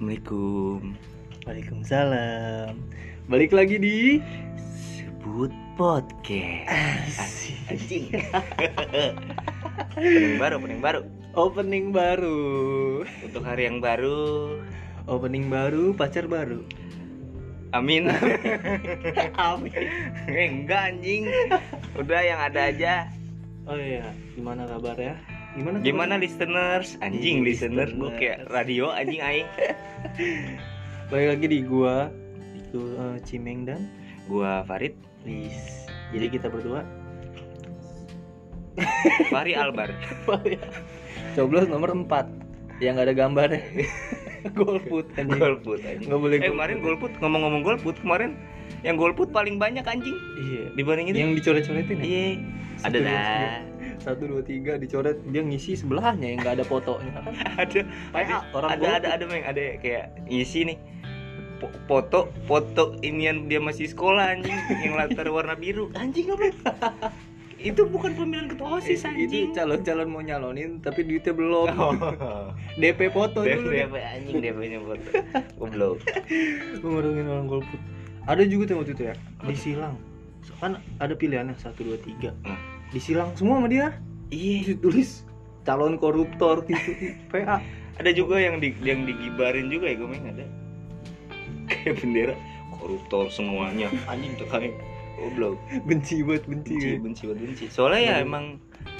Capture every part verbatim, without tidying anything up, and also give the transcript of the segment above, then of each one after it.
Assalamualaikum. Waalaikumsalam. Balik lagi di Sebut podcast. Asik. Anjing. Opening baru, opening baru. Opening baru. Untuk hari yang baru. Opening baru, pacar baru. Amin. Amin. Eh, enggak anjing. Udah yang ada aja. Oh iya, gimana kabar ya? Gimana? Gimana kabar? listeners? Anjing Iya, listeners, gue listeners. kayak radio anjing aing. Balik lagi di gua, itu uh, Cimeng dan Gua Farid, Lis. Jadi kita berdua Fahri Albar. coblos nomor empat yang gak ada gambarnya. Golput anjing. Golput anjing. Nggak boleh Eh golput. kemarin golput, ngomong-ngomong golput kemarin yang golput paling banyak anjing Iya. dibanding itu. Yang dicoret-coretin ya? Iya. Ada Satu, dua, dah. tiga. Satu dua tiga dicoret, dia ngisi sebelahnya yang nggak ada fotonya kan? Ada ada orang ada golput. ada ada Meng, ada kayak isi nih Po- foto foto inian dia masih sekolah anjing yang latar warna biru anjing apa itu bukan pemilihan ketua OSIS Itu anjing. calon-calon mau nyalonin tapi duitnya belum. Oh. D P foto D dulu P deh. anjing D P-nya foto goblok. Ngomongin orang golput. Ada juga tuh waktu itu ya, disilang. Kan ada pilihannya satu dua tiga. Hmm. Disilang semua sama dia. Iya, Ditulis calon koruptor gitu P A. ada juga yang di yang digibarin juga ya gue Meng, ada kayak bendera koruptor semuanya anjing tuh kayak goblok. Benci banget, benci. benci benci banget benci soalnya ya emang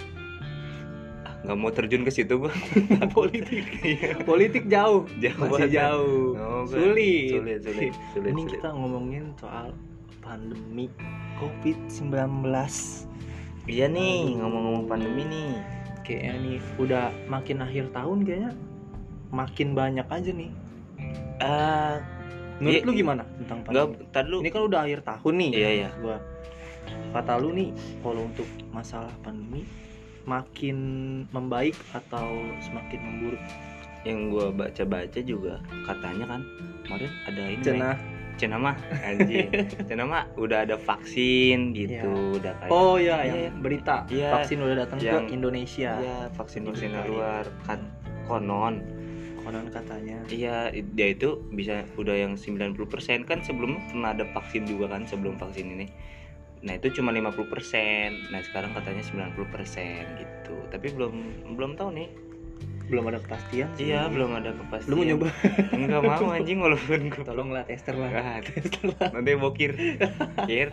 ah, nggak mau terjun ke situ gua. Politik. Politik jauh. Jauh Masih banget. jauh. Oh, gua- Sulit. sulit sulit sulit, Ini sulit. kita ngomongin soal pandemi covid sembilan belas. Iya nih ngomong-ngomong pandemi nih. Kayaknya nih udah makin akhir tahun kayaknya makin banyak aja nih. Eh Menurut Iya. lu gimana tentang nggak pandemi? tar lu Ini kan udah akhir tahun nih. Iya, iya. Gua kata lu nih kalau untuk masalah pandemi makin membaik atau semakin memburuk? yang gua baca-baca juga katanya kan kemarin ada ini Cenah. Meng. Cenah mah anjing. Cenah mah udah ada vaksin gitu, Iya. udah kayak Oh iya, Iya, yang berita iya. vaksin udah datang Yang- ke Indonesia. ya vaksin-vaksin Diberitakan. luar kan konon. Konon katanya. Iya, dia itu bisa udah yang sembilan puluh persen kan sebelumnya pernah ada vaksin juga kan sebelum vaksin ini. Nah, itu cuma lima puluh persen. Nah, sekarang katanya sembilan puluh persen gitu. Tapi belum belum tahu nih. Belum ada kepastian sih. Iya, belum ada kepastian. Lu mau nyoba? Enggak mau anjing walaupun gua. Tolonglah tester lah. Ah, Tester lah. nanti bokir. Kir.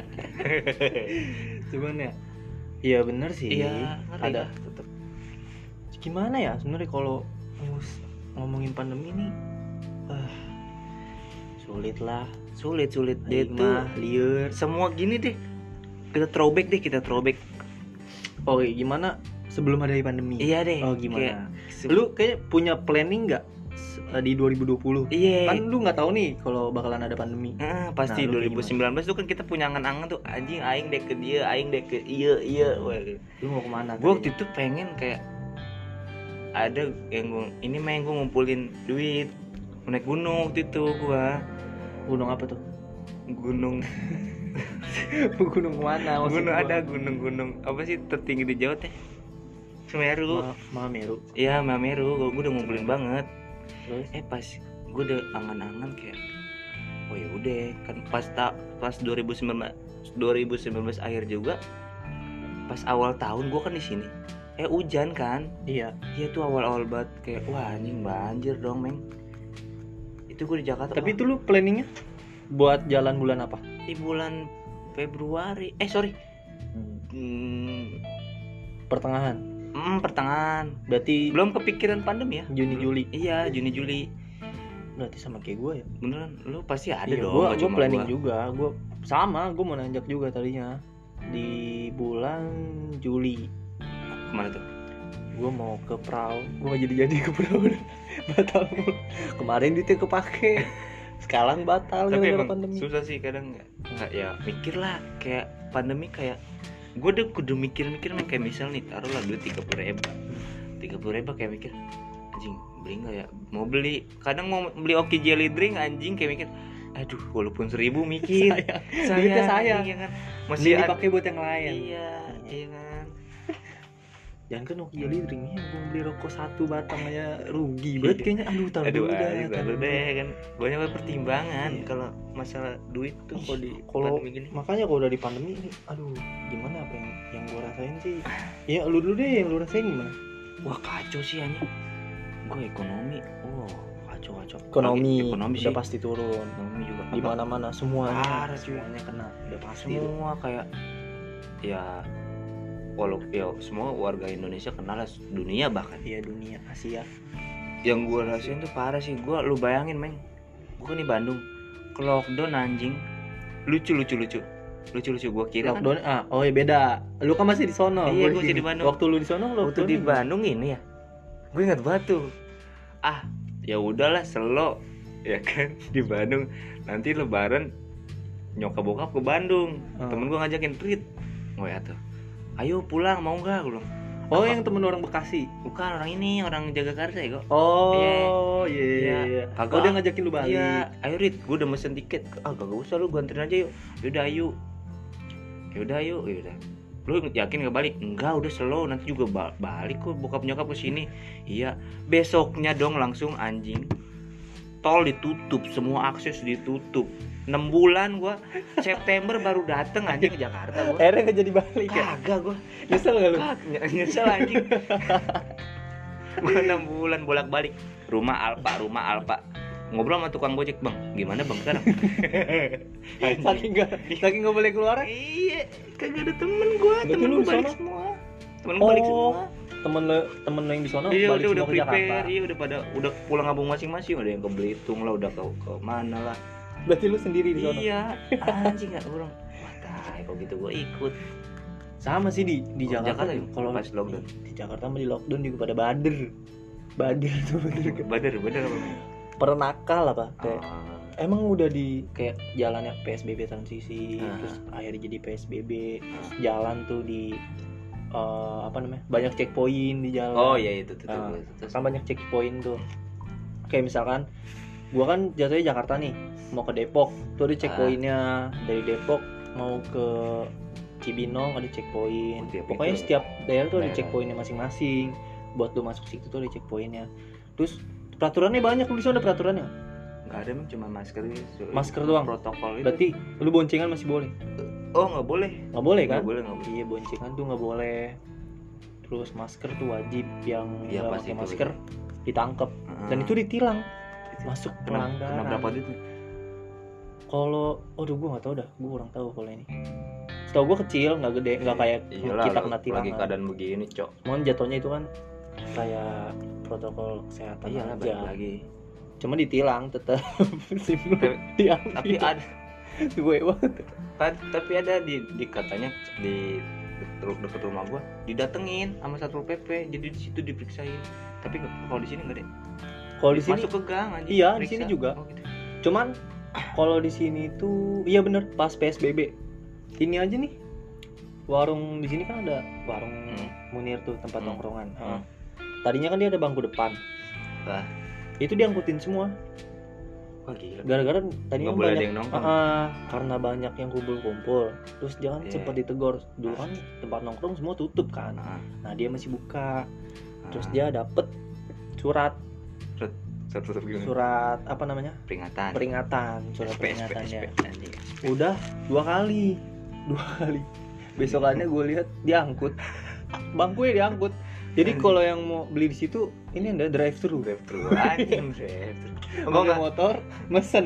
Cuman ya. Iya bener sih. Iya, ngeri ada dah tetep. gimana ya sebenarnya kalau mus- ngomongin pandemi ini ah sulit lah. Sulit, sulit dia Aing itu mah liar. semua gini deh. Kita throwback deh, kita throwback. Oh gimana sebelum ada pandemi? Iya deh. Oh kayak gimana? se- Lu kayak punya planning nggak s- di dua ribu dua puluh? Iya. Kan lu nggak tahu nih kalau bakalan ada pandemi. Ah, pasti Nah, lu dua kayak ribu sembilan belas tuh kan kita punya angan-angan tuh anjing aing dek ke dia, aing dek ke iya iya. Wah, Lu mau kemana? gua waktu itu pengen kayak ada yang gua, ini mah yang gua ngumpulin duit mau naik gunung waktu itu gua. gunung apa tuh? Gunung Gunung kemana? Maksud gunung gua? ada gunung-gunung apa sih tertinggi di Jawa teh? Semeru. Ma- Mahameru. Iya, Mameru. Gua, gua udah ngumpulin banget. Terus Eh pas gua udah angan-angan kayak oh ya udah kan pas ta- pas dua ribu sembilan belas akhir juga pas awal tahun gua kan di sini eh hujan kan. iya. Iya tuh awal-awal banget kayak wah anjing banjir dong Meng. Itu gue di Jakarta. Tapi wah, itu lu planningnya buat jalan bulan apa? di bulan Februari. Eh sorry. Hmm, Pertengahan. hmm, pertengahan. Berarti Belum kepikiran pandemi ya. Juni Juli. Iya Juni Juli. Berarti sama kayak gue ya. Beneran lu pasti ada Iya, dong. gua, nggak gua cuma planning gua. juga. Gua sama, gua mau nanjak juga tadinya di bulan Juli. Kemana tuh? Gua mau ke Prau. Gua nggak jadi-jadi ke Prau. Batal mulu. Kemarin duitnya kepake. Sekarang batal Tapi gara-gara emang pandemi. susah sih kadang nggak nggak ya mikir lah kayak pandemi kayak gue udah kudu mikir-mikir Meng. Kayak misal nih taruh lah duit tiga puluh ribu tiga puluh ribu kayak mikir anjing beli nggak ya mau beli kadang mau beli Oki Jelly Drink anjing kayak mikir aduh walaupun seribu mikir Sayang. Duitnya sayang. iya kan Masih masih ad- dipakai buat yang lain. iya iya kan jangan kan Nokia Lidring ya, gue beli rokok satu batang aja rugi banget kayaknya. Aduh, taruh Aduh, dulu dah, aduh, taruh deh dulu. kan banyak pertimbangan Iya. kalau masalah duit tuh kalau di Kalau pandemi gini. makanya kalau udah di pandemi ini, aduh, gimana apa yang yang gue rasain sih? Ya lu dulu deh, yang lu rasain gimana? Wah kacau sih anjing. Gue ekonomi, wow kacau kacau. Ekonomi, Lagi- ekonomi udah sih. pasti turun. Ekonomi juga. Di Apa? mana-mana semuanya, Parah, cuy. semuanya kena, udah pasti. Tuh. Semua kayak ya walaupun ya semua warga Indonesia kenal lah dunia bahkan. Iya, dunia, Asia. Yang gue rasain tuh parah sih. Gue lu bayangin meng, gue kan di Bandung ke lockdown anjing. Lucu lucu lucu lucu lucu gue kira kan Lockdown, ah, oh ya beda. Lu kan masih di sono. Iya, gua gua masih di Bandung. Waktu lu di sono, lu waktu di Bandung ini ya, gue ingat banget tuh. Ah, ya udahlah selo, ya kan di Bandung. Nanti Lebaran nyokap bokap ke Bandung. Hmm. Temen gue ngajakin Trit, oh ya tuh, ayo pulang mau nggak? Gue bilang, Oh, apa? yang temen orang Bekasi. Bukan orang ini, orang Jagakarsa ya kok. Oh, iya. Iya. iya. Kagak. Oh, dia ngajakin lu balik. Iya, ayo Rit, gue udah mesen tiket. Ah, kagak usah lu, gue anterin aja yuk. Yaudah ayo. Yaudah ayo, yaudah. Lu yakin gak balik? Enggak, udah slow, nanti juga ba- balik kok bokap nyokap ke sini. Iya, besoknya dong langsung anjing. Tol ditutup, semua akses ditutup. enam bulan gua September baru dateng anjing ke Jakarta gua. Akhirnya gak jadi balik ya? Kagak gua. Nyesel gak lu? Kagak nyesel anjing. Gua enam bulan bolak-balik. Rumah Alpa, rumah Alpa. Ngobrol sama tukang gojek, "Bang, gimana Bang sekarang?" Saking gak, saking gak boleh keluar. Iya, kagak ada temen gua, Berarti temen lu gua di balik sono? semua. Temen gua balik Oh, semua. temen lo, temen lo yang di sono Iya, balik udah udah semua ke Jakarta. prepare, iya udah pada udah pulang kampung masing-masing, ada yang ke Belitung lah, udah ke ke mana lah. Berarti lu sendiri di sono. Iya, anjing enggak orang. Wah, tai kok gitu gua ikut. Sama sih di di Oh, Jakarta. Jakarta ya? Kalau Pas lockdown. Di, di Jakarta mah di lockdown juga pada bader. Bader tuh bener. Bener, bener apa? Perenakal apa? Kayak Ah, emang udah di kayak jalannya P S B B transisi, Ah. terus akhirnya jadi P S B B, terus jalan tuh di eh, apa namanya, banyak checkpoint di jalan. Oh iya itu tuh. Nah, tuh, terus kan banyak checkpoint tuh. Kayak misalkan gua kan jatuhnya Jakarta nih, mau ke Depok, tuh ada checkpointnya. Dari Depok mau ke Cibinong ada checkpoint. Oh, tiap Pokoknya itu setiap daerah tuh ada daerah. checkpointnya masing-masing. Buat lu masuk situ tuh ada checkpointnya. Terus peraturannya banyak, lu di sana ada peraturannya. enggak ada, cuma masker gitu. Masker doang? Protokol itu. Berarti lu boncengan masih boleh? Oh, enggak boleh. Nggak boleh kan? Enggak boleh, enggak boleh. Iya, boncengan tuh nggak boleh. Terus masker tuh wajib, yang Iya, nggak pasti pakai itu masker ditangkap Heeh. dan itu ditilang. Masuk Kena- pelanggaran. kena berapa duit? Kalau, aduh gue nggak tahu dah, gue kurang tahu kalau ini. Setahu gue kecil, nggak gede, nggak kayak Iyalah, kita lo- kena lagi tilangan. keadaan begini, Cok. Cuman jatuhnya itu kan kayak protokol kesehatan Iyalah, aja. balik lagi. Cuma ditilang tetap simpel Tapi- diambil. Tapi ada gue banget. Ta- tapi ada di, di katanya di deket, deket rumah gua didatengin sama Satpol P P, jadi di situ diperiksain. Tapi ke- kalau di sini enggak deh. Kalau di sini Masuk ke gang aja. Iya, di periksa. sini juga. Oh, gitu. cuman kalau di sini tuh iya bener pas P S B B. Ini aja nih. Warung di sini kan ada warung Hmm. Munir tuh tempat Hmm. nongkrongan. Hmm. Tadinya kan dia ada bangku depan. Wah. Itu diangkutin semua. Wah, gila. Gara-gara tadinya Nggak boleh ada banyak yang nongkrong. Ah, ah, karena banyak yang kumpul-kumpul. Terus jangan Iya. sempat ditegur. Dulu kan tempat nongkrong semua tutup kan. Nah, Nah, dia masih buka. Terus nah. dia dapet surat Satu-satu gimana? surat apa namanya? Peringatan. Peringatan, surat S P, S P, peringatannya. S P, anjing. Udah dua kali. Dua kali. Besokannya gue lihat diangkut. Bangkunya diangkut. Jadi Anjing. kalau yang mau beli di situ ini ada drive thru. Drive thru anjing, drive thru. Enggak Bawa enggak. motor mesen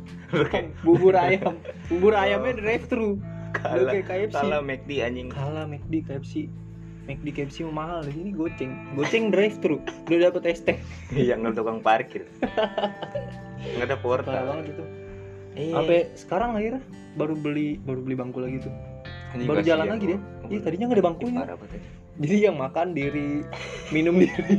bubur ayam. Bubur ayamnya drive thru. Kalah. Kayak K F C. Kalah McD anjing. Kalah McD K F C. McD K F C mahal, di sini goceng. Goceng drive thru. Udah dapet es teh. Yang nggak tukang parkir. Enggak ada Parah portal. banget itu. Iya. Sampai sekarang akhirnya baru beli baru beli bangku lagi tuh. Anjing, baru kasihan jalan lagi gua. dia. Iya, tadinya nggak ada bangkunya. Parah banget. Jadi yang makan diri, minum diri,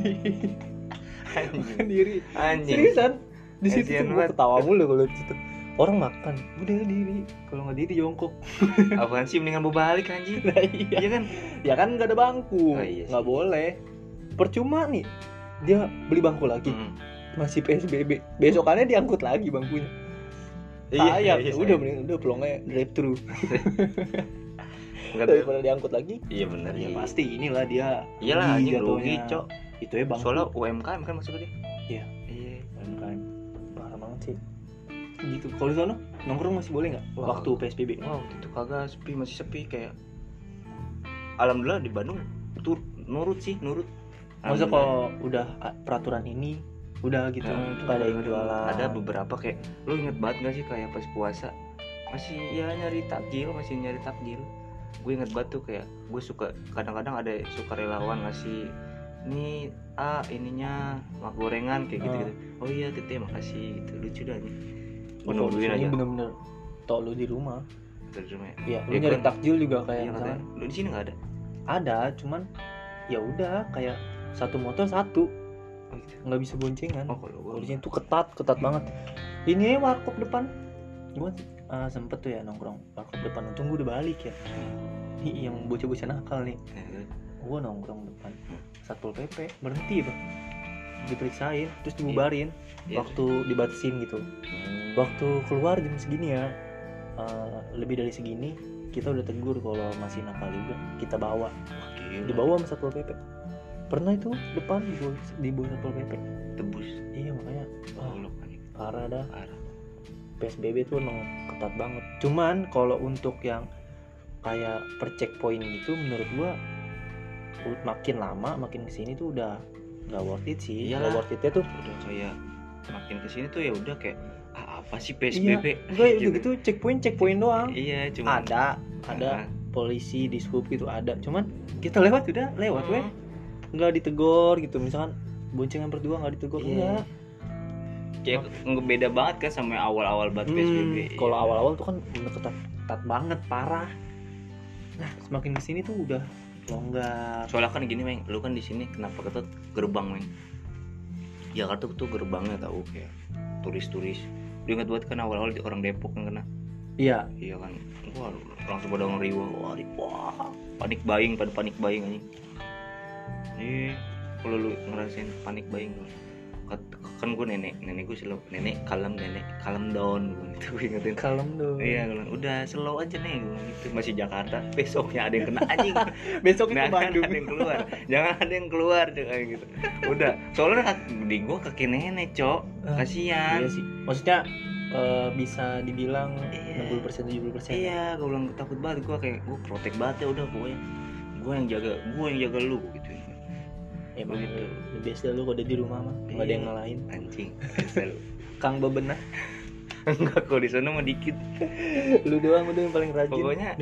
makan Anjing. diri. Anjing. Seriusan? Di situ Kasihan tuh gue banget. ketawa mulu kalau di situ. Orang makan, udah diri. Kalau nggak diri jongkok. Apaan sih, mendingan mau balik anjing. Nah, iya. Iya kan? Ya kan nggak ada bangku, Oh, iya sih. nggak boleh. Percuma nih, dia beli bangku lagi, Hmm. masih P S B B. Besokannya diangkut lagi bangkunya. Sayang, udah mending udah pulangnya drive thru. Nggak daripada diangkut lagi. Iya benar Ya ya. pasti inilah dia. Iyalah anjing jatuhnya. rugi, Cok. Itu ya bang. Soalnya U M K M kan masuk dia. Iya. Iya. U M K M parah banget sih. Gitu. Kalau di sana nongkrong masih boleh nggak? Wah. Waktu P S B B. Wah, waktu itu kagak, sepi, masih sepi kayak. Alhamdulillah di Bandung tur nurut sih, nurut. Maksudnya kalau udah ah, peraturan ini udah gitu Nah, nggak ada yang jualan. Ada beberapa kayak lu inget banget gak sih kayak pas puasa masih ya nyari takjil, masih nyari takjil. Gue inget banget tuh kayak gue suka kadang-kadang ada suka relawan ngasih ini ah ininya mak gorengan kayak gitu gitu. Oh iya tete makasih gitu, lucu dah nih. Oh, Nungguin aja. bener-bener tok lu di rumah. Terus rumah ya. Iya, lu Ya, nyari kan- takjil juga kayak Iya misalkan katanya. Lu di sini nggak ada? ada, cuman ya udah kayak satu motor satu, Oh gitu. nggak bisa boncengan. Oh kalau gue. Kalau di sini tuh ketat, ketat banget. Ini warkop depan. Gua uh, sempet tuh ya nongkrong warkop depan. Untung gua udah balik ya. Ih, yang bocah-bocah nakal nih. Gua nongkrong depan. Satpol P P berhenti, Bang. Diperiksain, terus dibubarin. Iya. Waktu dibatasin gitu. Hmm. Waktu keluar jam segini ya, uh, lebih dari segini kita udah tegur kalau masih nakal juga. Kita bawa, Wah, gila. dibawa sama Satpol P P. Pernah itu depan dibawa, dibawa Satpol P P. Tebus. Iya makanya Oh, ah, lu panik. parah dah. Parah. P S B B tuh emang ketat banget. Cuman kalau untuk yang kayak per checkpoint gitu menurut gua u- makin lama makin kesini tuh udah nggak worth it sih. Iyalah. Nggak worth itnya tuh. Udah kayak makin kesini tuh ya udah kayak ah, apa sih P S B B? Iya. Enggak udah gitu checkpoint checkpoint doang. Iya, cuma Ada ada polisi di sub gitu ada. Cuman kita lewat udah lewat weh. Nggak ditegor gitu. Misalkan boncengan berdua nggak ditegor Iya. enggak. kayak ngebeda banget kan sama awal-awal banget P S B B. Hmm, kalau awal-awal tuh kan bener ketat, ketat banget parah. Nah semakin kesini tuh udah longgar. Soalnya kan gini, Meng, lu kan di sini kenapa ketat gerbang, Meng? Jakarta tuh gerbangnya tahu kayak turis-turis. Lu ingat banget kan awal-awal di- orang Depok yang kena. Iya. Iya kan. Wah, langsung pada ngeriwa. Wah, di- wah, panik buying, pada panik buying anjing. Iya, kalau lu ngerasain panik buying Kat- kan gue nenek, nenek gue selalu nenek kalem, nenek kalem down gitu gue ingetin. Kalem dong. Iya, gue bilang, udah slow aja nih gue bilang gitu. Masih Jakarta, besoknya ada yang kena anjing. Besok itu Jangan Bandung. ada yang keluar, jangan ada yang keluar tuh kayak gitu. Udah, soalnya kak- di gue kaki nenek, Cok. Ah, Kasihan. Iya sih. Maksudnya eh, bisa dibilang Iya. enam puluh persen tujuh puluh persen. Iya, gue bilang takut banget, gue kayak gue protek banget ya udah pokoknya. Gue yang jaga, gue yang jaga lu gitu. Emang Begitu. the best dah lu kalau ada di rumah mah nggak ada yang Iya. ngalahin. Anjing, bisa lu. Kang bebenah. Enggak, kalau di sana mah dikit. Lu doang udah yang paling rajin. Pokoknya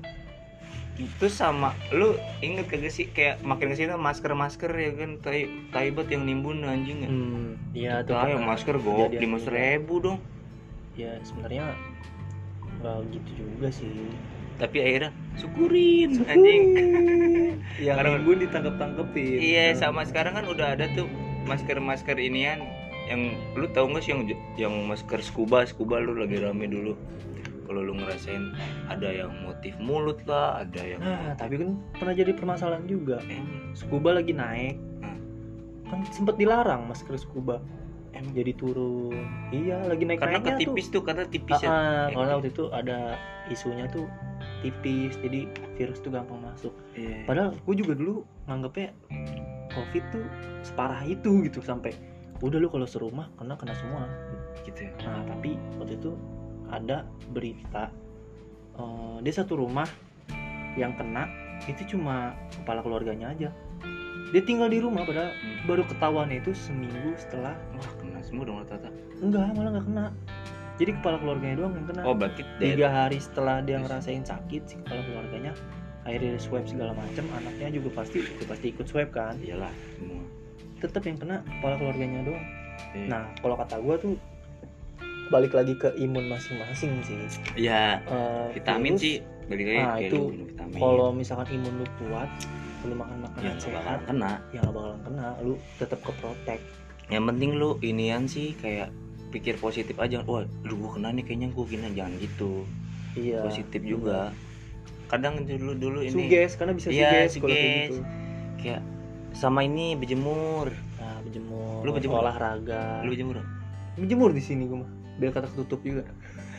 itu sama lu inget kagak sih kayak makin kesini masker-masker ya kan tai taibat yang nimbun anjing ya. Hmm, iya tuh. Nah, yang pernah masker gok kejadian lima juga. ribu dong. Ya sebenarnya nggak gitu juga sih. Tapi akhirnya syukurin anjing. Yang Karena- nimbun ditangkap-tangkepin. Iya, sama sekarang kan udah ada tuh masker-masker inian yang lu tahu nggak sih yang yang masker scuba scuba lu lagi rame dulu. Kalau lu ngerasain ada yang motif mulut lah, ada yang Nah, tapi kan pernah jadi permasalahan juga. eh, Scuba lagi naik. Hmm. Kan sempet dilarang masker scuba. Em jadi turun. Iya, lagi karena naik-naiknya ketipis tuh, karena tipis ya. Ah, ah, Eh, karena waktu itu ada isunya tuh tipis, jadi virus tuh gampang masuk. Iya. Padahal gue juga dulu nganggepnya COVID tuh separah itu gitu sampai udah lu kalau serumah kena kena semua. Gitu ya. Nah tapi waktu itu ada berita eh, dia satu rumah yang kena itu cuma kepala keluarganya aja. Dia tinggal di rumah padahal Hmm. baru ketahuan itu seminggu setelah. Wah, kena semua dong rata-rata. Enggak, malah nggak kena. Jadi kepala keluarganya doang yang kena. Oh, berarti Tiga hari setelah dia Terus? ngerasain sakit si kepala keluarganya akhirnya swab segala macam, anaknya juga pasti juga pasti ikut swab kan. iyalah semua. Tetap yang kena kepala keluarganya doang. Iya. Nah kalau kata gue tuh balik lagi ke imun masing-masing sih. Ya, Eh, vitamin virus, sih balik lagi Nah, kayak itu lu minum vitamin. kalau misalkan imun lu kuat, lu makan ya makanan nggak sehat, bakalan kena. ya nggak bakalan kena. Lu tetap ke protect. Yang penting lu inian sih kayak pikir positif aja. Wah, lu gua kena nih kayaknya gua gini, jangan gitu. Iya. Positif juga. Kadang dulu dulu ini Suges karena bisa Iya, suges kalau kayak suges. gitu. kayak sama ini berjemur. Nah, berjemur, Lu berjemur? olahraga. Lu berjemur? Berjemur di sini gue mah. Biar kata ketutup juga.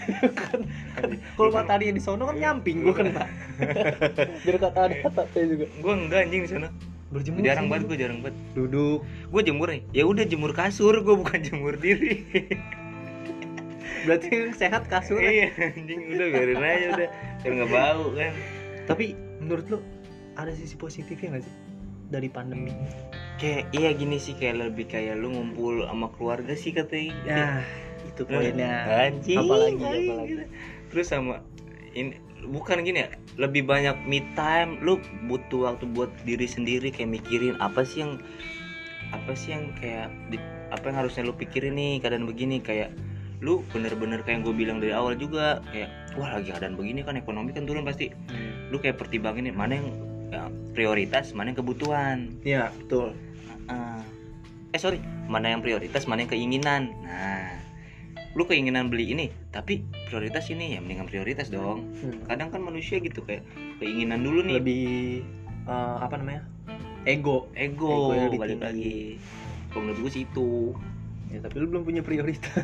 Kalau matahari di sono kan nyamping gue kena. Biar kata ada kata juga. Gue enggak anjing di sana. Berjemur Jarang sih, banget, duduk. gue jarang banget. Duduk. Gue jemur nih. Ya udah jemur kasur, gue bukan jemur diri. Berarti yang sehat kasur. Iya, anjing udah biarin aja udah. Biar enggak bau kan. Tapi menurut lo ada sisi positifnya nggak sih dari pandemi ini? Kayak iya gini sih, kayak lebih kayak lu ngumpul sama keluarga sih katanya. Ya, itu poinnya. Anjing. Apalagi, anjing, apalagi. gitu. Terus sama ini bukan gini ya, lebih banyak me time. Lu butuh waktu buat diri sendiri, kayak mikirin apa sih yang apa sih yang kayak di, apa yang harusnya lu pikirin nih keadaan begini. Kayak lu bener-bener kayak gue bilang dari awal juga, kayak wah lagi keadaan begini kan, ekonomi kan turun pasti. Hmm. Lu kayak pertimbangin nih, mana yang ya, prioritas, mana yang kebutuhan. Iya, betul. Uh, eh sorry, mana yang prioritas, mana yang keinginan. Nah, lu keinginan beli ini, tapi prioritas ini, ya mendingan prioritas dong. Hmm. Kadang kan manusia gitu, kayak keinginan dulu nih. Lebih uh, apa namanya? Ego. Ego, Ego yang lebih balik tinggi. lagi. Kalau menurut gue sih itu. Ya, tapi lu belum punya prioritas.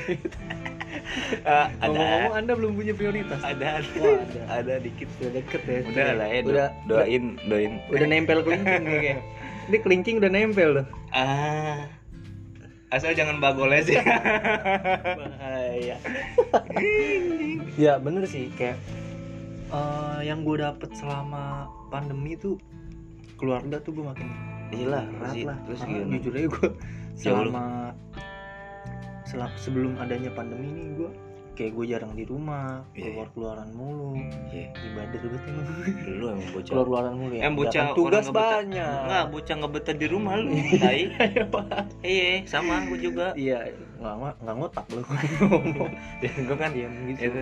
Uh, ada, Ngomong-ngomong Anda belum punya prioritas. ada, ada, Wah, ada. ada dikit. Udah deket ya. Udah lah ya, do- Udah doain, doain. udah nempel kelingking nih kayak. Ini kelingking udah nempel loh. Ah, asal jangan bagoles ya. Bahaya. Ya bener sih, kayak uh, yang gue dapet selama pandemi tuh keluarga tuh gue makin Iyalah, erat sih. lah. Terus Ah, gimana? jujur aja gue Jauh lu. selama selap sebelum adanya pandemi ini gue kayak gue jarang di rumah, Iya. keluar-keluaran mulu. Iya. Ibadah banget emang. Dulu emang bocah. Keluar-keluaran mulu ya. Em bocah Datang tugas orang ngebetah- banyak. Enggak, bocah ngebetah di rumah lu. Tai. Iya, Pak. Iya, sama gue juga. Iya, nggak nggak ngotak lu ngomong. Ya gue kan Diam gitu. itu.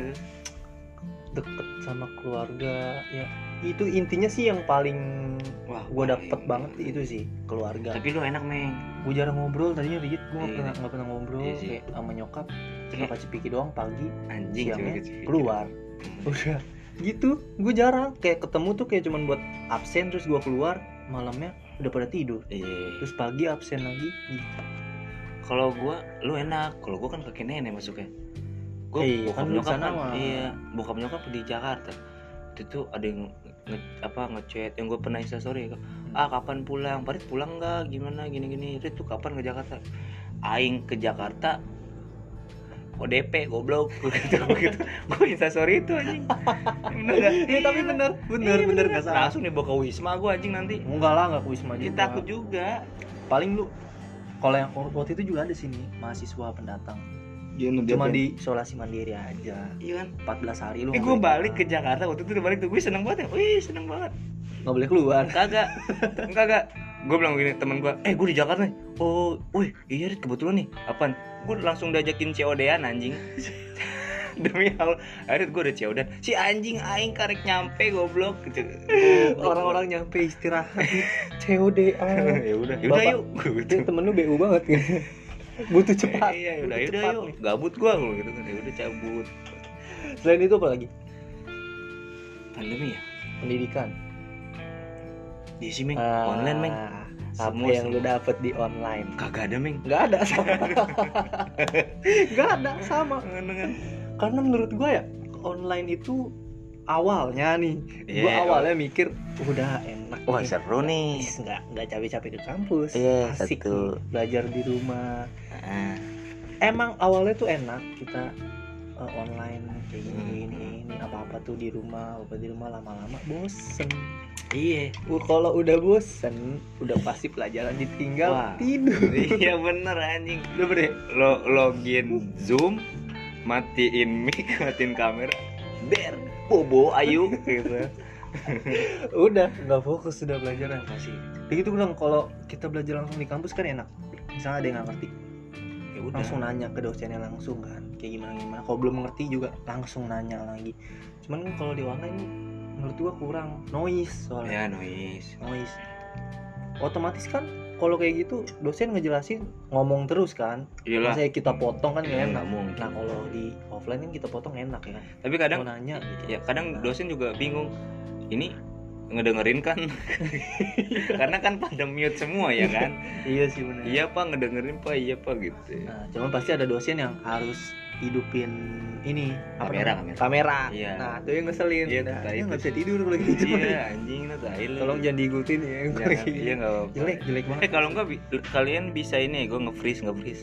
Deket sama keluarga ya. Itu intinya sih yang paling Wah, gue paling. dapet banget itu sih, keluarga. Tapi lu enak, Meng. Gue jarang ngobrol tadinya Rit, gue nggak Iya. pernah nggak pernah ngobrol Iya sih. kayak sama nyokap. Cuma Iya. kacipiki doang pagi, Anjing siangnya coba kecil. keluar. Udah gitu, gue jarang kayak ketemu tuh kayak cuman buat absen terus gue keluar, malamnya udah pada tidur. Iya. Terus pagi absen lagi. Gitu. Kalau gua, lu enak. Kalau gua kan kakek nenek masuknya. Gua Iya, bokap kan lu nyokap sana kan. mah. Iya, bokap nyokap di Jakarta. Itu tuh ada yang nge, apa ngechat yang gue pernah instastory, ah kapan pulang, Parit pulang nggak, gimana gini-gini, Rit tuh kapan ke Jakarta, aing ke Jakarta O D P goblok gitu gitu. Gue instastory itu anjing. Bener gak? Iya tapi bener, bener, Iya, bener gak salah. Langsung dibawa ke Wisma gue anjing nanti. Enggak lah, nggak ke Wisma Dia juga. takut juga. Paling lu, kalau yang waktu itu juga ada sini mahasiswa pendatang. Cuma Cuma di isolasi mandiri aja. iya kan. empat belas hari lu. Eh nggak gue boleh balik ke keluar. Jakarta waktu itu udah balik tuh, gue seneng banget ya. Wih seneng banget. Nggak boleh keluar. Kagak, kagak. Gue bilang gini temen gue, eh gue di Jakarta nih. Oh, wih iya Rit, kebetulan nih. Apaan? Gue langsung diajakin C O D-an anjing. Demi Allah, akhirnya gue udah C O D-an. Si anjing aing karek nyampe goblok. Orang-orang nyampe istirahat C O D. Ya udah, yaudah Bapak, yuk. Gue Dia gitu. temen lu B U banget kan. Butuh cepat. Iya, butuh udah yaudah cepat yuk. nih. Gabut gue gue gitu kan. Ya udah cabut. Selain itu apa lagi? Pandemi ya. Pendidikan. Di sini Meng, Ah, online Meng. Apa Semua, yang lu semua. dapet di online? Kagak ada Meng. Nggak ada sama. Nggak ada sama. Dengan Karena menurut gue ya online itu awalnya nih, gue Iya, awalnya mikir udah enak. wah nih. seru nih. Is, nggak nggak capek-capek ke kampus, Iya, asik satu. nih, belajar di rumah. Ah, Emang awalnya tuh enak kita uh, online kayak gini, Hmm. gini, ini apa-apa tuh di rumah, apa di rumah lama-lama bosen. iya. Uh, kalau udah bosen, udah pasti pelajaran ditinggal Wah. tidur. Iya bener anjing. Udah bre. Lo login Zoom, matiin mic, matiin kamera, der, bobo, ayu gitu. Udah nggak fokus sudah pelajaran pasti. Begitu bilang kalau kita belajar langsung di kampus kan enak. Misalnya ada yang nggak ngerti, Ya udah. langsung nanya ke dosennya langsung kan, kayak gimana gimana. Kalau belum mengerti juga langsung nanya lagi. Cuman kan kalau di online menurut gua kurang noise soalnya. Ya noise. Noise. Otomatis kan kalau kayak gitu dosen ngejelasin ngomong terus kan. Iyalah. Misalnya kita potong kan nggak Ya, enak. nggak mungkin. Nah kalau di offline kan kita potong enak ya kan. Tapi kadang Mau nanya gitu. ya kadang Nah. dosen juga bingung. Ini ngedengerin kan. Karena kan pada mute semua ya kan. Iya sih benar. Iya Pak, ngedengerin Pak, iya Pak gitu. Nah, cuman pasti ada dosen yang harus hidupin ini apa Kamera, namanya? kamera. kamera. Iya. Nah, tuh yang ngeselin. Iya, Nah, nah, dia itu nggak bisa tidur kalau gitu. Iya anjing lah tai lu. Tolong jangan diikutin ya. Jangan, iya enggak apa-apa. Jelek, jelek banget. Eh kalau enggak bi- kalian bisa ini gue nge-freeze, nge-freeze.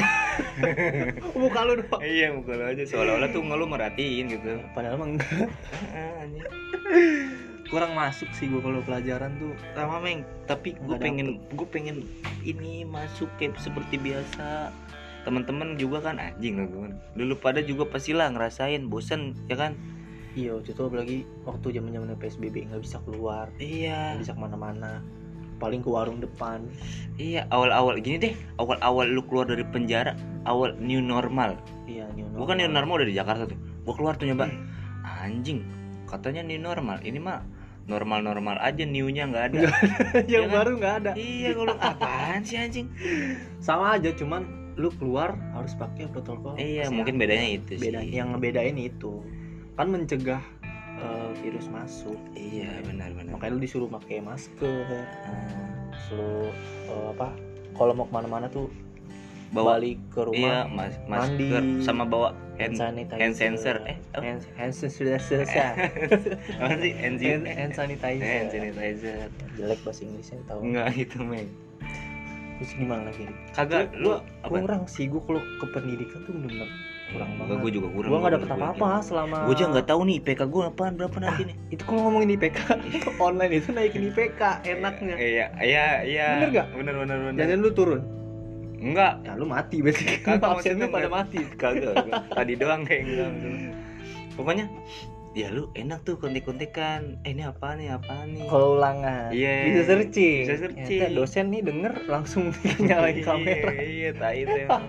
Muka lu doang. Iya, muka lu aja seolah-olah tuh nggak lu merhatiin gitu. Padahal emang enggak. Ah, anjing. Kurang masuk sih gua kalau pelajaran tuh. Sama Meng, tapi gue Nggak pengen gue pengen ini masuk kayak seperti biasa. Teman-teman juga kan anjing lah gue. Dulu pada juga pastilah ngerasain bosan ya kan? Iya, waktu itu apalagi waktu zaman-zaman P S B B nggak bisa keluar, Iya. nggak bisa kemana-mana. Paling ke warung depan. Iya, awal-awal gini deh, awal-awal lu keluar dari penjara, awal new normal. Iya, new normal. Bukan new normal udah di Jakarta tuh. Gua keluar tuh nyoba. Anjing, katanya new normal. Ini mah normal-normal aja, new-nya enggak ada. Yang Iya kan? baru nggak ada. Iya, kalau apaan sih anjing? Sama aja, cuman lu keluar harus pakai protokol. Iya, kesehatan. mungkin bedanya itu sih. Beda, yang ngebedain itu kan mencegah uh, virus masuk. Iya, benar-benar. Makanya lu disuruh pakai masker. Hmm. Lu uh, apa? Kalau mau kemana-mana tuh Bawa balik ke rumah. Iya, mas masker mandi, sama bawa hand sanitizer. hand sensor. Eh, apa? hand, hand sudah selesai. Apa sih? Hand, hand, hand sanitizer. hand sanitizer. Jelek bahasa Inggrisnya tahu. Enggak itu, Meng. Terus gimana lagi? Kagak, lu apa? Kurang sih gua kalau ke pendidikan tuh bener-bener kurang Enggak, banget. gue juga kurang. Gua nggak dapet apa-apa selama. Gue aja nggak tahu nih I P K gue apaan berapa nanti nih. Itu kalau ngomongin I P K online itu naikin I P K enaknya. Iya, iya, iya. Bener nggak? Bener, bener, bener. Jangan lu turun. Enggak. Ya lu mati berarti. Kagak, Absennya maksudnya pada enggak. mati. Kagak. kagak. Tadi doang kayak enggak. Pokoknya ya lu enak tuh kontek-kontekan. Eh ini apa nih? Apa nih? Kalau ulangan Iya. bisa searching. Bisa searching. Ternyata dosen nih denger langsung nyalain kamera. Iya, iya, tai itu emang.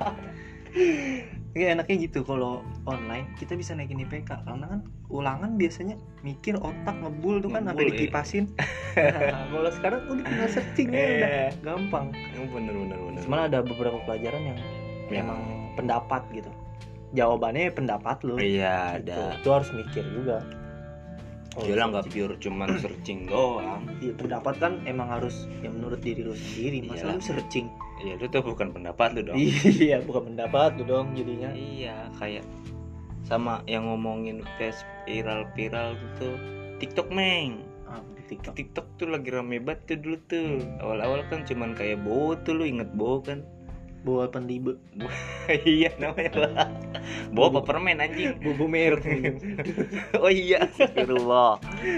Iya enaknya gitu kalau online kita bisa naikin I P K karena kan ulangan biasanya mikir otak ngebul tuh kan sampai Ngebul, iya. dikipasin. Nah, kalau sekarang udah tinggal searching ya udah Iya. gampang. Yang bener, bener, bener. Cuman ada beberapa pelajaran yang Ya. emang pendapat gitu. Jawabannya pendapat lu. Iya, Gitu. ada. Itu harus mikir juga. Kalau Gila nggak searching. pure cuman searching doang. Iya, pendapat kan emang harus yang menurut diri lu sendiri. Masa Iyalah. lu searching? Iya, itu tuh bukan pendapat lu dong. Iya, bukan pendapat lu dong jadinya. Iya, kayak sama yang ngomongin tes viral-viral gitu. TikTok, Meng. Ah, di TikTok. TikTok tuh lagi rame banget tuh dulu tuh. Awal-awal kan cuman kayak Bo tuh, lu inget Bo kan? Bawa pendibe. Iya namanya lah. Bo apa permen anjing? Bobo merek. Oh iya, astagfirullah.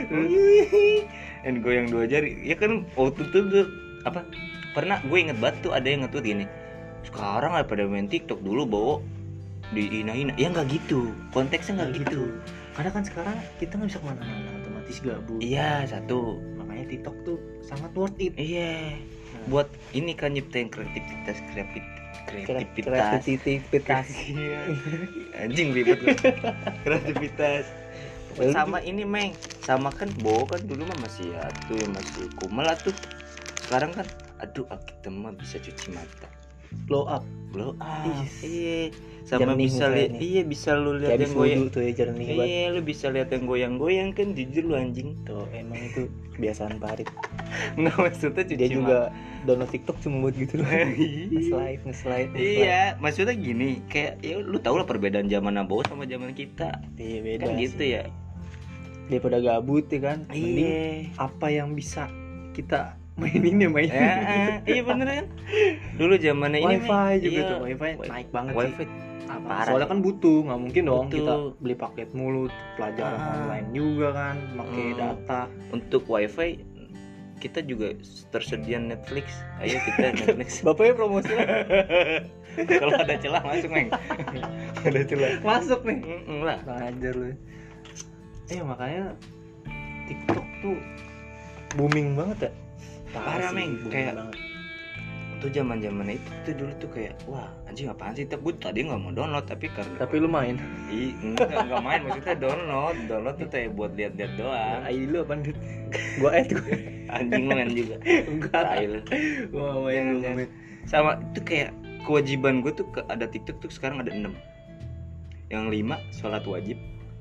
Dan goyang dua jari. Ya kan waktu itu tuh apa? Pernah gue inget banget tuh ada yang nge-tweet gini. Sekarang lah pada main TikTok, dulu Bo dihina-hina. Ya nggak gitu. Konteksnya nggak gitu. Karena kan sekarang kita nggak bisa kemana-mana, otomatis gabut. Iya, satu. Makanya TikTok tuh sangat worth it. Iya. Nah, Buat ini kan nyiptain kreativitas kreatif kre- kreativitas. kreativitas. Iya. Anjing ribet gue. Kreativitas. Lalu Sama ini Meng, sama kan Bo kan dulu mah masih ya tuh masih kumel lah tuh. Sekarang kan aduh ah, kita mah bisa cuci mata. Blow up. Glow up. Yes. Iya. Sama Jernih bisa lihat mukanya. iya bisa lu Kayak lihat habis yang goyang. wudhu tuh ya jernih banget. Iya, lu bisa lihat yang goyang-goyang kan jujur lu anjing. Tuh emang itu kebiasaan Parit. Nggak maksudnya cuci Dia juga download TikTok cuma buat gitu doang. mata. Nge-slide, nge-slide, nge-slide. Iya, maksudnya gini, kayak ya lu tau lah perbedaan zaman Abo sama zaman kita. Iya beda Kan gitu sih. ya. Daripada gabut ya kan. Mending Iya. apa yang bisa kita mainin ya mainin. Ya, eh, iya bener kan. Dulu zamannya ini Wifi Meng. juga Iya. tuh, wifi Wi- naik banget sih. Wifi parah. Soalnya kan butuh, nggak mungkin dong Butuh. kita beli paket mulu, pelajaran Ah. online juga kan, pakai Hmm. data. Untuk wifi kita juga tersedia Netflix. Ayo kita Netflix. Bapaknya promosi lah. Kalau ada celah masuk Meng. Ada celah. Masuk nih. Mm-mm lah. Ngajar lu. Eh makanya TikTok tuh booming banget ya. Parah, sih, Meng. booming Kayak- banget. Tuh zaman-zaman itu tuh dulu tuh kayak wah anjing apaan sih, tapi gue tadi nggak mau download tapi karena Tapi lu main. Ih, enggak, enggak main, maksudnya download. Download tuh kayak buat lihat-lihat doang. I D lu apaan Dit? Gua add gue. Anjing lu main juga. Enggak. Tai lu. Gua main Jangan, lu jangan. main. Sama itu kayak kewajiban gue tuh ke, ada TikTok tuh sekarang ada enam. Yang lima sholat wajib,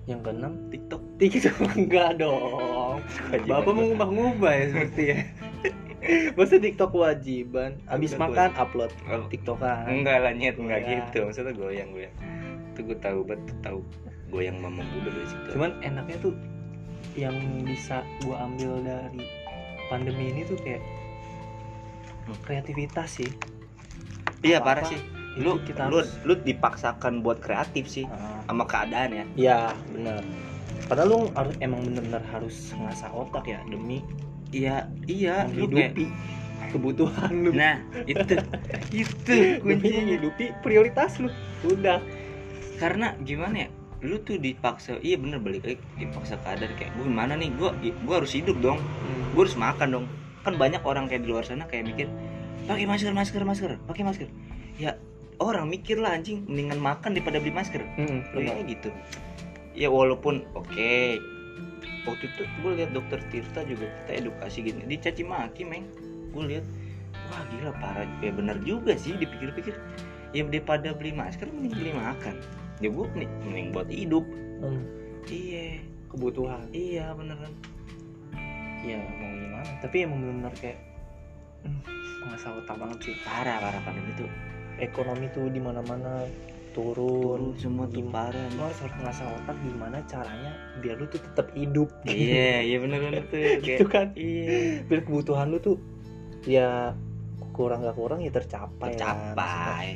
Yang keenam TikTok. TikTok. Enggak dong. Bapak mau ngubah-ngubah ya seperti ya. Masa TikTok kewajiban? Abis Udah, makan upload Oh, TikTokan. enggak lah nyet, enggak Iya. gitu. Maksudnya goyang goyang. Itu gue tahu betul tahu goyang mamang gue dari situ. Cuman enaknya tuh yang bisa gue ambil dari pandemi ini tuh kayak Hmm. kreativitas sih. Iya Apa-apa parah sih. itu Lu kita lu harus- lu dipaksakan buat kreatif sih Ah, sama keadaan ya. ya benar. Padahal lu harus emang benar-benar harus ngasah otak ya demi Iya, iya, lu kayak menghidupi kebutuhan lu. nah, itu itu Demi kuncinya. menghidupi prioritas lu. Udah. Karena gimana ya? Lu tuh dipaksa, iya bener balik lagi dipaksa keadaan kayak gue gimana nih? Gue gue harus hidup dong. Gue harus makan dong. Kan banyak orang kayak di luar sana kayak mikir pakai masker, masker, masker, pakai masker. Ya orang mikir lah anjing, mendingan makan daripada beli masker. Hmm, benar. Kayak gitu. Ya walaupun oke. Waktu itu gue lihat dokter Tirta juga kita edukasi gini, dicaci maki meng. Gue lihat, wah gila parah. Ya benar juga sih dipikir-pikir. Ya daripada beli masker mending beli makan. Ya gue mending, mending buat hidup. Hmm, Iya, kebutuhan. iya beneran. Iya, mau gimana? Tapi emang benar-benar kayak hmm, ngasah otak banget sih. Parah parah pandemi tuh. Ekonomi tuh di mana-mana Turun turun. semua tuh Gim- parah. Lo harus harus ngasah otak gimana caranya biar lu tuh tetap hidup. Iya, iya bener-bener tuh. Gitu kan. Iya. Biar kebutuhan lu tuh ya kurang gak kurang ya tercapai. lah. Tercapai.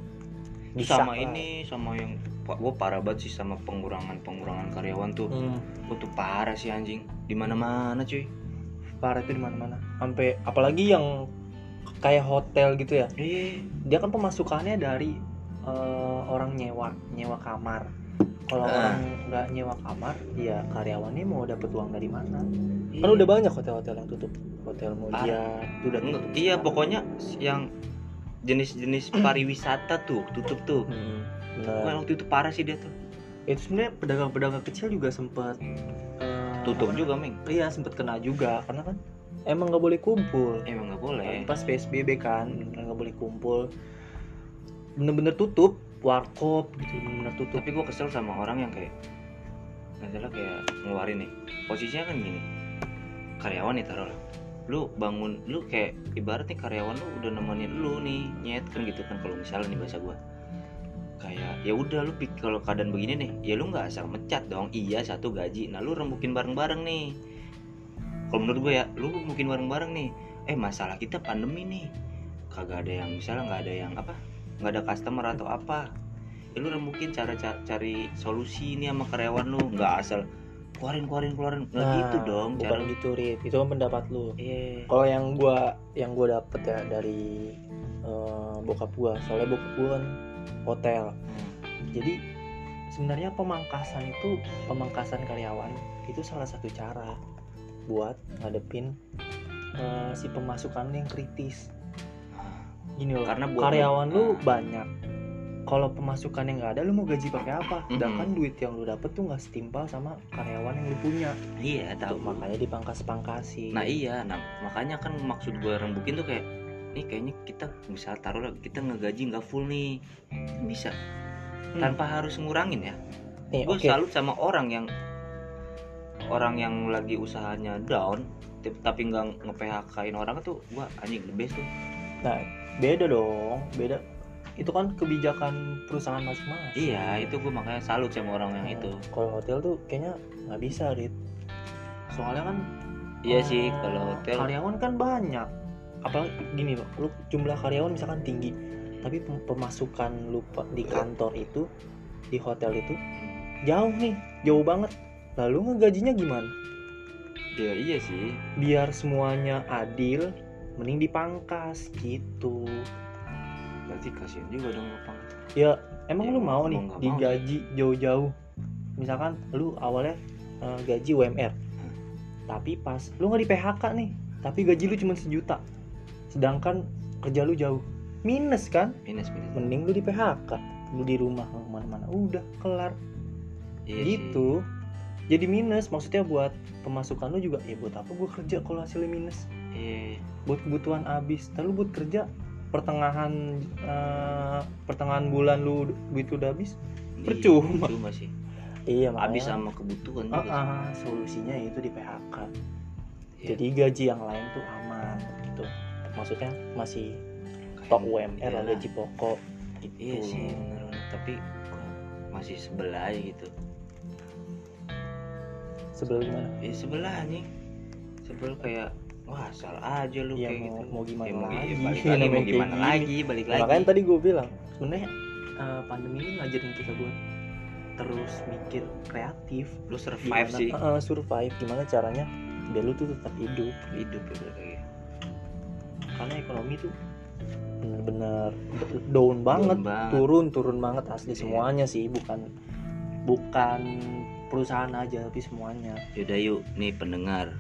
Bisa Sama lah. ini, sama yang gue parah banget sih sama pengurangan pengurangan karyawan tuh. Hmm, Gue tuh parah sih anjing. Di mana-mana cuy. parah itu di mana-mana. Sampai apalagi yang kayak hotel gitu ya. Iya. Dia kan pemasukannya dari eh, orang nyewa nyewa kamar. Kalau Ah. orang nggak nyewa kamar, ya karyawannya mau dapat uang dari mana? Iya. Kan udah banyak hotel-hotel yang tutup. Hotel Mulia itu udah Enggak, tutup. iya semua. pokoknya yang jenis-jenis pariwisata tuh tutup tuh. Hmm, Wah, benar. waktu itu parah sih dia tuh. Itu sebenarnya pedagang-pedagang kecil juga sempat eh, Tutup apa juga, Meng. namanya? Iya, sempat kena juga karena kan emang nggak boleh kumpul. Emang nggak boleh. Pas P S B B kan nggak boleh kumpul. Bener-bener tutup, warkop gitu, bener-bener tutup. Tapi gue kesel sama orang yang kayak nggak salah kayak ngeluarin nih. Posisinya kan gini. Karyawan nih taruh lah. Lu bangun, lu kayak ibarat nih karyawan lu udah nemenin lu nih nyet kan gitu kan kalau misalnya nih bahasa gue. Kayak ya udah lu pik kalau keadaan begini nih, ya lu nggak asal mecat dong. Iya satu gaji. Nah lu rembukin bareng-bareng nih. Kalau menurut gue ya, lu rembukin bareng-bareng nih. Eh masalah kita pandemi nih. Kagak ada yang misalnya nggak ada yang apa? Nggak ada customer atau apa. Ya lu rembukin cara ca- cari solusi nih sama karyawan lu. Nggak asal keluarin keluarin keluarin. Nggak Nah, gitu dong. bukan Cara gitu, Rit. Itu kan pendapat lu. Iya. Kalau yang gua yang gua dapet ya dari eh, bokap gua, soalnya bokap gua kan hotel. Hmm. Jadi sebenarnya pemangkasan itu pemangkasan karyawan itu salah satu cara buat ngadepin eh, si pemasukan yang kritis. Gini loh, Karena buat karyawan lu Ah. banyak. Kalau pemasukannya nggak ada, lu mau gaji pakai apa? Mm-mm. Sedangkan duit yang lu dapet tuh nggak setimpal sama karyawan yang lu punya. Iya Tuh, tahu. makanya dipangkas-pangkasi. Nah iya, nah makanya kan maksud gue rembukin tuh kayak nih kayaknya kita bisa taruh lah kita ngegaji nggak full nih bisa Hmm. tanpa harus ngurangin ya. Nih, Gue oke. salut sama orang yang orang yang lagi usahanya down tip- tapi nggak nge-P H K-in orang tuh gue anjing the best tuh. Nah, beda dong, beda. Itu kan kebijakan perusahaan masing-masing. Iya itu gue makanya salut sama orang yang Hmm, itu. Kalau hotel tuh kayaknya nggak bisa, Rit. Soalnya kan Iya eh, sih kalau hotel. karyawan kan banyak. Apalagi gini loh, lu jumlah karyawan misalkan tinggi, tapi pem- pemasukan lu pe- di kantor itu, di hotel itu jauh nih, jauh banget. Lalu ngegajinya gimana? Iya iya sih. Biar semuanya adil, mending dipangkas gitu. Berarti kasihan juga dong ngepang. Ya, emang Ya, lu mau mau nih nggak mau. digaji jauh-jauh. Misalkan lu awalnya eh, gaji U M R. Hmm. Tapi pas lu nggak di P H K nih, tapi gaji lu cuma sejuta. Sedangkan kerja lu jauh. Minus kan? Minus minus. Mending lu di P H K. Lu di rumah kemana-mana. Udah, kelar. Iya Gitu. Jadi minus, maksudnya buat pemasukan lu juga, ya buat apa gua kerja kalau hasilnya minus? Sih. Iya. Buat kebutuhan habis. Lalu buat kerja pertengahan eh, pertengahan bulan lu duit lu udah habis, Iya, Percuma. Percuma sih. Iya, habis makanya sama kebutuhan ah, juga. ah, solusinya itu di P H K. Iya. Jadi gaji yang lain tuh aman gitu. Maksudnya masih tok U M R lah, Iyalah. gaji pokok gitu. Iya sih bener, tapi kok masih sebelah aja gitu. Sebelum gimana? Eh sebelah nih, sebel kayak wah salah aja lu Ya, kayak mau, gitu. mau gimana Ya, mau, lagi? iya, balik Namanya lagi mau kayak gimana gini. lagi, balik Ya, lagi. makanya tadi gue bilang sebenarnya uh, pandemi ini ngajarin kita buat terus mikir kreatif. Lu survive Gimana, sih, uh, survive gimana caranya biar lu tuh tetap hidup. hidup ya bener kayak. Karena ekonomi tuh bener-bener down banget, banget. turun turun banget asli Iya. semuanya sih, bukan bukan perusahaan aja tapi semuanya. Yaudah yuk, nih pendengar,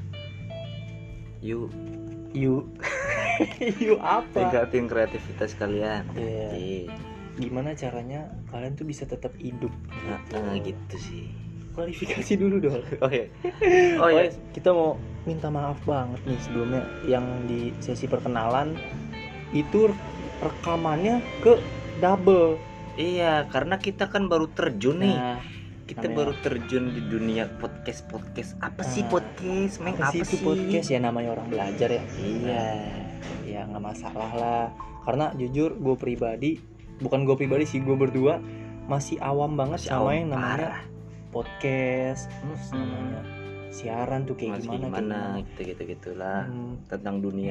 yuk Yuk, yuk apa? tingkatin kreativitas kalian. Iya. Iya. Gimana caranya kalian tuh bisa tetap hidup? Nah, nah, gitu sih. Klarifikasi dulu dong. Oh ya. Oh Oh ya. ya, kita mau minta maaf banget nih sebelumnya yang di sesi perkenalan itu rekamannya ke double. Iya, karena kita kan baru terjun nih. Nah, Kita namanya- baru terjun di dunia podcast podcast. Apa sih Ah, podcast? Meng apa sih itu podcast ya, namanya orang belajar ya. Iya. Ya nggak masalah lah. Karena jujur gue pribadi, bukan gue pribadi sih, gue berdua masih awam banget Masih sama awam yang namanya parah. podcast, terus Hmm. namanya siaran tuh kayak Masih gimana, kayak gimana gimana. gitu gitu gitulah Hmm, tentang dunia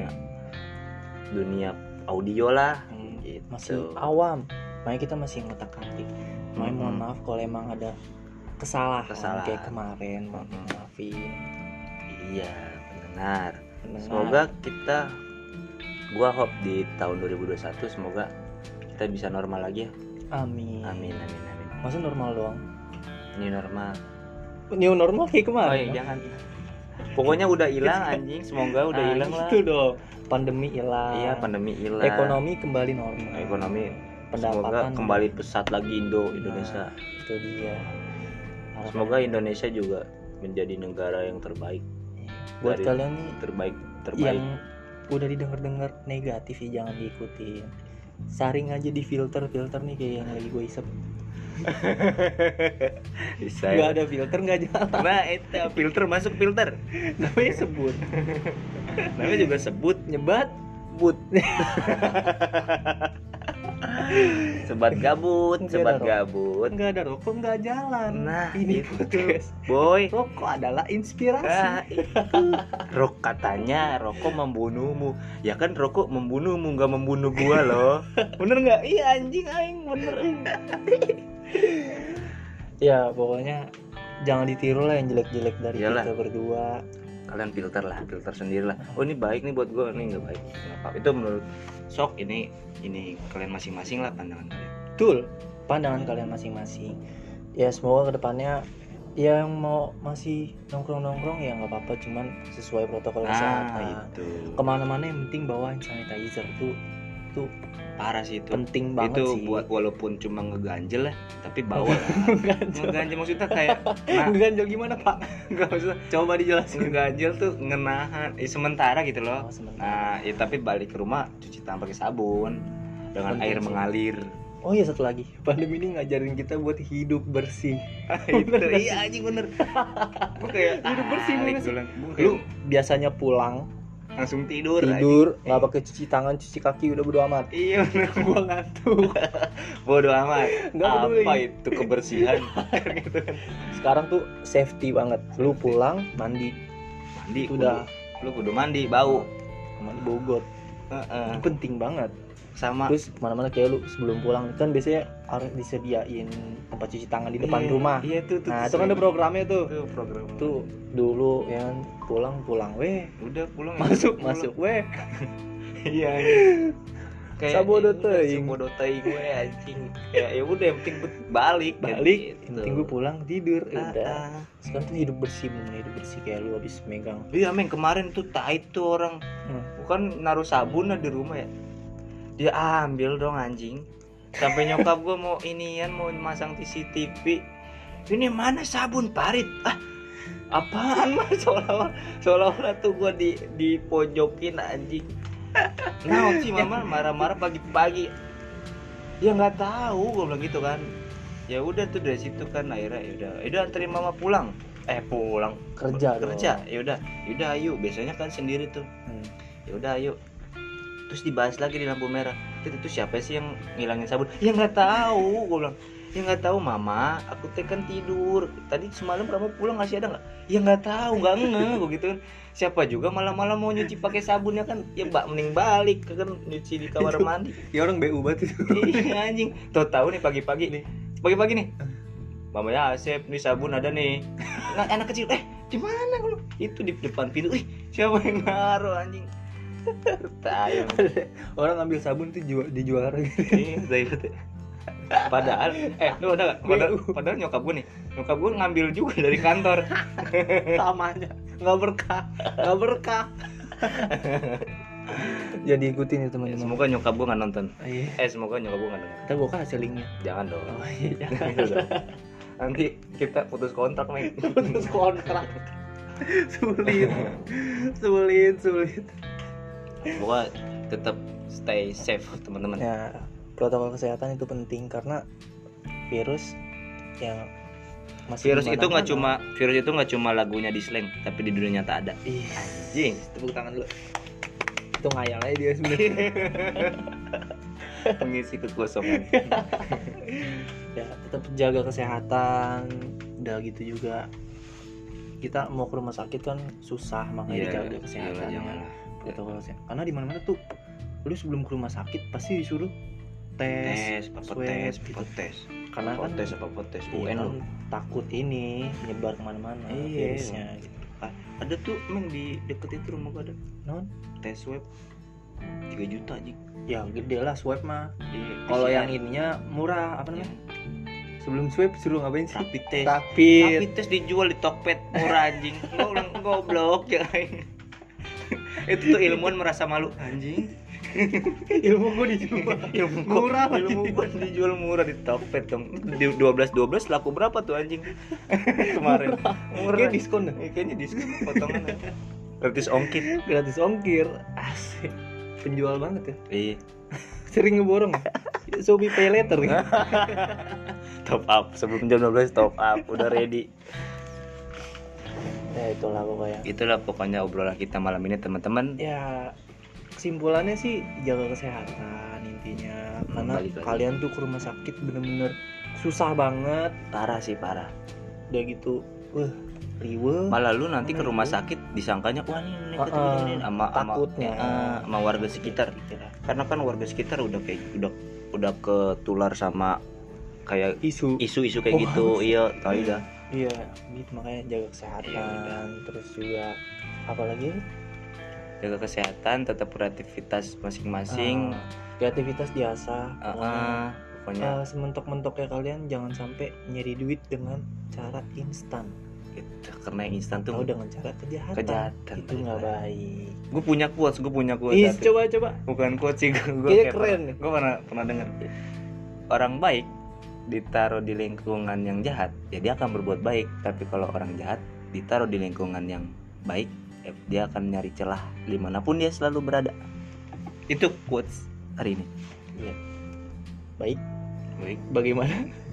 dunia audio lah. hmm, Gitu. masih awam. Makanya kita masih ngotak-atik. Makanya mohon Mm-mm. maaf kalau emang ada kesalahan, Kesalahan. kayak kemarin, Mm-mm. maafin. Iya, benar. Benar. Semoga kita, gua hope di tahun dua ribu dua puluh satu semoga kita bisa normal lagi ya. Amin. Amin amin amin. Masa normal doang? Ini normal. New normal kayak Oh kemarin. iya, jangan. Pokoknya udah hilang anjing, semoga udah Ah, hilang lah. gitu dong. Pandemi hilang. Iya, pandemi hilang. Ekonomi kembali normal. Ekonomi Pendapatan semoga kembali pesat lagi Indo Indonesia. Nah, itu dia. Harapan- Semoga Indonesia juga menjadi negara yang terbaik, buat dari- kalian nih terbaik, terbaik. yang udah didengar-dengar negatif ya jangan diikutin. Saring aja di filter-filter nih kayak yang lagi gue isep. Bisa. Gak Ya. ada filter nggak jalan. Nah, itu filter masuk filter. Namanya sebut. Namanya juga sebut Nyebat but. sebat gabut, Nggak sebat ada gabut. Nggak ada rokok nggak jalan. Nah, ini itu. podcast. Boy. Rokok adalah inspirasi. Ah, itu. Rok katanya rokok membunuhmu. Ya kan rokok membunuhmu, nggak membunuh gua loh. Bener nggak? Iya anjing aing bener. Ya pokoknya jangan ditiru lah yang jelek-jelek dari Iyalah. kita berdua. Kalian filter lah, filter sendiri lah. Oh ini baik nih buat gua, ini nggak baik. Nggak apa-apa. Itu menurut sok ini ini kalian masing-masing lah pandangan kalian. Betul, pandangan kalian masing-masing. Ya semoga kedepannya yang mau masih nongkrong-nongkrong ya nggak apa-apa, cuman sesuai protokol kesehatan. Nah, itu. Kemana-mana yang penting bawa hand sanitizer tuh tuh Parah sih itu. penting banget Itu sih. buat walaupun cuma ngeganjel lah, tapi bawa lah. Ngeganjel. Ngeganjel maksudnya kayak nah, Ngeganjel gimana Pak? nggak maksudnya Coba dijelasin. ngeganjel tuh ngenahan eh, sementara gitu loh. Oh, sebentar. Nah, ya tapi balik ke rumah cuci tangan pakai sabun dengan Penting air sih. mengalir. Oh iya satu lagi, pandemi ini ngajarin kita buat hidup bersih. Itu Bener gak sih? iya anjing bener. Gua kayak Hidup bersih, ah, bener gitu sih. lah. Gua kayak Lu biasanya pulang langsung tidur. tidur anjing. nggak pakai cuci tangan, cuci kaki udah bodo amat. Iya bener. Gua ngantuk. Bodoh amat. Nggak peduli. Apa itu kebersihan? gitu kan. Sekarang tuh safety banget. Lu pulang mandi, Mandi Udah. kudu- Lu kudu mandi bau. mandi bogot. Heeh. Itu penting banget. Sama Terus kemana-mana kayak lu sebelum pulang kan biasanya harus disediain tempat cuci tangan di depan Iya, rumah. Iya tuh, tuh Nah tuh itu kan ada sering. programnya tuh. Tuh program. Tuh dulu ya kan, pulang pulang weh Udah pulang masuk pulang. masuk weh. Iya. Sabodo teuing. Sabodo teuing gue anjing. Kayak ya udah yang penting balik Balik, gitu. yang penting gue pulang tidur. Ah, Udah. ah. Sekarang tuh hidup bersih, bener hidup bersih kayak lu habis megang. Iya men kemarin tuh tai tuh orang Hmm. bukan naruh sabun lah di rumah ya. Dia ambil dong anjing. Sampai nyokap gue mau inian mau masang C C T V. Ini mana sabun parit? Ah, apaan mah seolah-olah seolah-olah tuh gue di di pojokin anjing. Nah, si mama marah-marah pagi-pagi. Ya nggak tahu gue bilang gitu kan. ya udah tuh dari situ kan akhirnya ya udah udah anterin mama pulang eh pulang Kerja dong. kerja ya udah ya udah ayo biasanya kan sendiri tuh Hmm. ya udah ayo terus dibahas lagi di lampu merah itu tuh siapa sih yang ngilangin sabun ya nggak tahu gue bilang ya nggak tahu mama aku teh kan tidur tadi semalam kamu pulang masih ada nggak ya nggak tahu nggak nge gue gituin siapa juga malam-malam mau nyuci pakai sabunnya kan ya mbak mending balik kan nyuci di kamar mandi Ya orang B U banget itu. iya anjing tuh tahu nih pagi-pagi nih pagi-pagi nih mamanya Asep nih sabun ada nih nah, anak kecil eh di mana lu itu di depan pintu ih siapa yang naruh anjing tayo Orang ngambil sabun tuh jual, dijual harga. Iya, betul. Padahal, eh, lu ada gak? Padahal, padahal nyokap gue nih, nyokap gue ngambil juga dari kantor. Samanya, nggak berkah, nggak berkah. Jadi ikutin ya Ya, teman-teman. semoga nyokap gue nggak nonton. Iya. Eh, semoga nyokap gue nggak nonton. Kita gua kasih linknya. Jangan dong. Oh iya. Gitu dong. Nanti kita putus kontrak nih. Putus kontrak. Sulit, sulit, sulit. Semoga tetap stay safe teman-teman. Ya, protokol kesehatan itu penting karena virus yang masih Virus itu nggak dimana-mana. cuma virus itu nggak cuma lagunya di slang, tapi di dunia nyata ada. Ih, Jing. tepuk tangan dulu. Itu ngayal aja dia sebenarnya. Mengisi kekosongan. Ya, tetap jaga kesehatan. Udah gitu juga kita mau ke rumah sakit kan susah, makanya Iya, jaga kesehatan. janganlah. Protokol kesehatan. Karena di mana-mana tuh lu sebelum ke rumah sakit pasti disuruh tes, Tes, apa swab, tes, gitu. apa tes. Karena Apa kan tes apa apa tes iya U N kan lo. takut ini nyebar kemana-mana Iya. virusnya gitu. Ah, ada tuh emang di deket itu rumah gua ada Non? tes swab tiga juta aja. Ya gede lah swab mah. Iya, Kalau P C R. yang ininya murah apa namanya? Yang Sebelum swab suruh ngapain sih? rapid test. Rapid. Rapid test dijual di Tokped murah anjing. Gua bilang goblok ya. Itu tuh ilmuwan merasa malu anjing. Ilmu gua dijual. Ilmu Murah kok, ilmu lagi. gua dijual murah di Tokped dong. Di dua belas dua belas laku berapa tuh anjing? Kemarin. Murah. Kayaknya diskon dah. Eh, kayaknya diskon potongan. Gratis ongkir. Gratis ongkir. Asik. Penjual banget ya. Iya. Sering ngeborong. Shopee Pay Later gitu. Top up sebelum jam dua belas top up udah ready. Ya itulah pokoknya. Itulah pokoknya obrolan kita malam ini teman-teman. Ya kesimpulannya sih jaga kesehatan intinya Hmm, karena balik lagi. kalian tuh ke rumah sakit bener-bener susah banget Parah sih parah. udah gitu wah riwe Malah lu nanti ke Mana rumah itu? sakit disangkanya wah ini nekat Uh-uh, ini, ini sama sama takutnya. eh, sama warga sekitar. Karena kan warga sekitar udah kayak udah udah ketular sama kayak isu isu-isu kayak Oh. gitu. Iya, tahu dah. iya gitu makanya jaga Iya, kesehatan terus juga apalagi Jaga kesehatan, tetap kreativitas masing-masing. Ah, kreativitas diasah Uh, pokoknya. uh, pokoknya Eh, sementok-mentoknya kalian jangan sampai nyari duit dengan cara instan gitu. Karena yang instan atau tuh dengan cara kejahatan, kejahatan, itu nggak baik. gue punya quotes, gue punya quotes. Ih, satu. coba coba Bukan quotes sih, gue Kayaknya keren. Gue pernah pernah dengar. Orang baik ditaruh di lingkungan yang jahat, ya dia akan berbuat baik. Tapi kalau orang jahat ditaruh di lingkungan yang baik, eh, dia akan nyari celah dimanapun dia selalu berada. Itu quotes hari ini. Iya. Baik, Baik. bagaimana?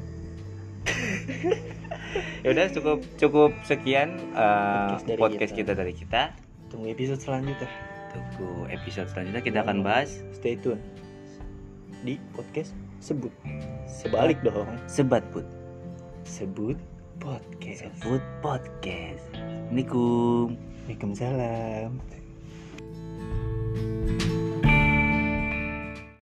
Ya udah cukup cukup sekian uh, Podcast dari podcast kita. kita dari kita. Tunggu episode selanjutnya. Tunggu episode selanjutnya kita akan bahas Stay tune di podcast sebut. Sebalik dong. sebat put. Sebut podcast. Sebut podcast. Assalamualaikum. Waalaikumsalam.